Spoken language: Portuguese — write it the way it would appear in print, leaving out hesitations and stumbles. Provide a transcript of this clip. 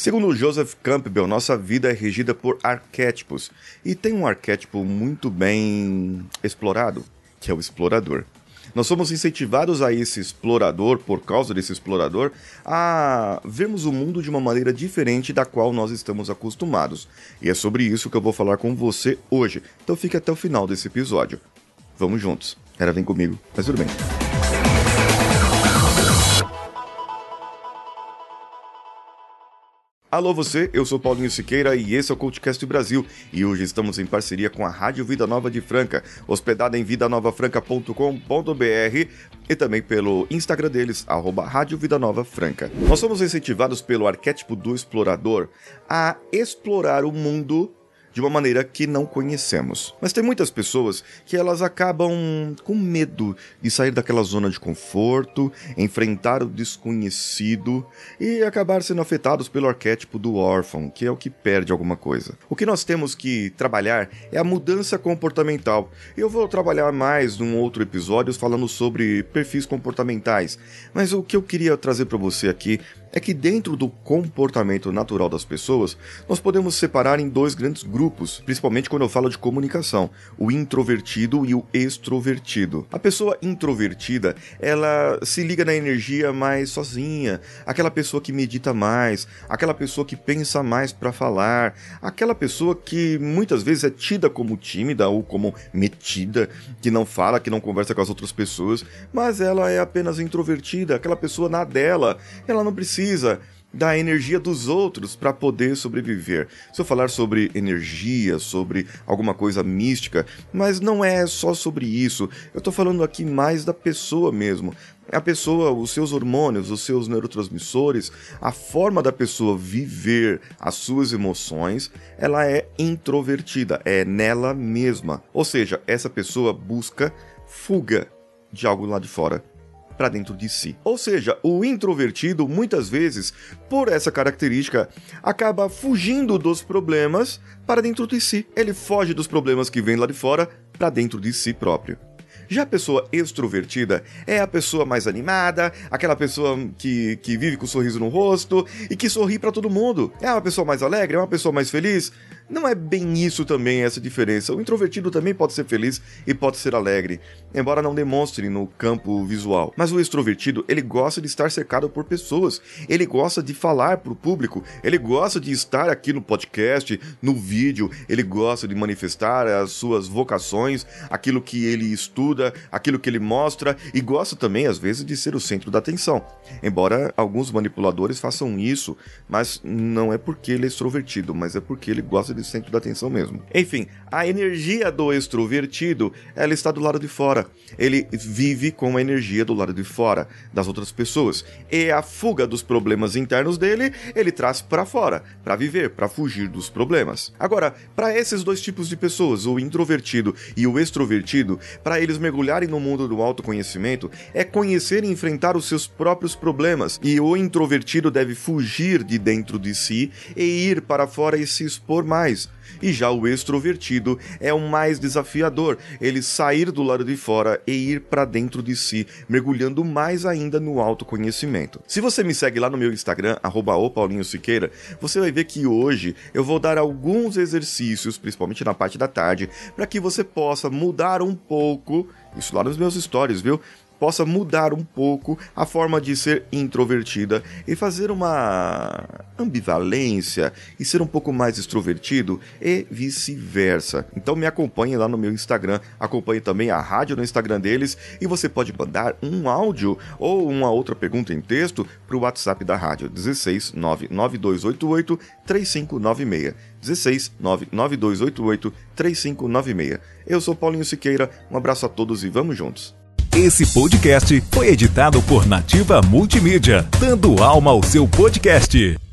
Segundo Joseph Campbell, nossa vida é regida por arquétipos, e tem um arquétipo muito bem explorado, que é o explorador. Nós somos incentivados a esse explorador, por causa desse explorador, a vermos o mundo de uma maneira diferente da qual nós estamos acostumados. E é sobre isso que eu vou falar com você hoje, então fique até o final desse episódio. Vamos juntos. Vem comigo, mas tudo bem. Alô você, eu sou Paulinho Siqueira e esse é o CoachCast Brasil e hoje estamos em parceria com a Rádio Vida Nova de Franca, hospedada em vidanovafranca.com.br e também pelo Instagram deles, @Rádio Vida Nova Franca. Nós somos incentivados pelo arquétipo do explorador a explorar o mundo de uma maneira que não conhecemos. Mas tem muitas pessoas que elas acabam com medo de sair daquela zona de conforto, enfrentar o desconhecido e acabar sendo afetados pelo arquétipo do órfão, que é o que perde alguma coisa. O que nós temos que trabalhar é a mudança comportamental. Eu vou trabalhar mais num outro episódio falando sobre perfis comportamentais, mas o que eu queria trazer para você aqui é que dentro do comportamento natural das pessoas, nós podemos separar em dois grandes grupos, principalmente quando eu falo de comunicação, o introvertido e o extrovertido. A pessoa introvertida, ela se liga na energia mais sozinha, aquela pessoa que medita mais, aquela pessoa que pensa mais para falar, aquela pessoa que muitas vezes é tida como tímida ou como metida, que não fala, que não conversa com as outras pessoas, mas ela é apenas introvertida, aquela pessoa na dela, ela não precisa da energia dos outros para poder sobreviver. Se eu falar sobre energia, sobre alguma coisa mística, mas não é só sobre isso, eu estou falando aqui mais da pessoa mesmo. A pessoa, os seus hormônios, os seus neurotransmissores, a forma da pessoa viver as suas emoções, ela é introvertida, é nela mesma. Ou seja, essa pessoa busca fuga de algo lá de fora para dentro de si. Ou seja, o introvertido, muitas vezes, por essa característica, acaba fugindo dos problemas para dentro de si. Ele foge dos problemas que vêm lá de fora para dentro de si próprio. Já a pessoa extrovertida é a pessoa mais animada, aquela pessoa que vive com um sorriso no rosto e que sorri para todo mundo. É uma pessoa mais alegre, é uma pessoa mais feliz. Não é bem isso também, essa diferença. O introvertido também pode ser feliz e pode ser alegre, embora não demonstre no campo visual. Mas o extrovertido, ele gosta de estar cercado por pessoas, ele gosta de falar para o público, ele gosta de estar aqui no podcast, no vídeo, ele gosta de manifestar as suas vocações, aquilo que ele estuda, aquilo que ele mostra, e gosta também, às vezes, de ser o centro da atenção. Embora alguns manipuladores façam isso, mas não é porque ele é extrovertido, mas é porque ele gosta de centro da atenção mesmo. Enfim, a energia do extrovertido, ela está do lado de fora. Ele vive com a energia do lado de fora, das outras pessoas. E a fuga dos problemas internos dele, ele traz para fora, para viver, para fugir dos problemas. Agora, para esses dois tipos de pessoas, o introvertido e o extrovertido, para eles mergulharem no mundo do autoconhecimento, é conhecer e enfrentar os seus próprios problemas. E o introvertido deve fugir de dentro de si e ir para fora e se expor mais. E já o extrovertido é o mais desafiador, ele sair do lado de fora e ir para dentro de si, mergulhando mais ainda no autoconhecimento. Se você me segue lá no meu Instagram, @Paulinho Siqueira, você vai ver que hoje eu vou dar alguns exercícios, principalmente na parte da tarde, para que você possa mudar um pouco, isso lá nos meus stories, viu? Possa mudar um pouco a forma de ser introvertida e fazer uma ambivalência e ser um pouco mais extrovertido e vice-versa. Então me acompanhe lá no meu Instagram, acompanhe também a rádio no Instagram deles e você pode mandar um áudio ou uma outra pergunta em texto para o WhatsApp da rádio, 16 99288 3596. 16 99288 3596. Eu sou Paulinho Siqueira, um abraço a todos e vamos juntos. Esse podcast foi editado por Nativa Multimídia, dando alma ao seu podcast.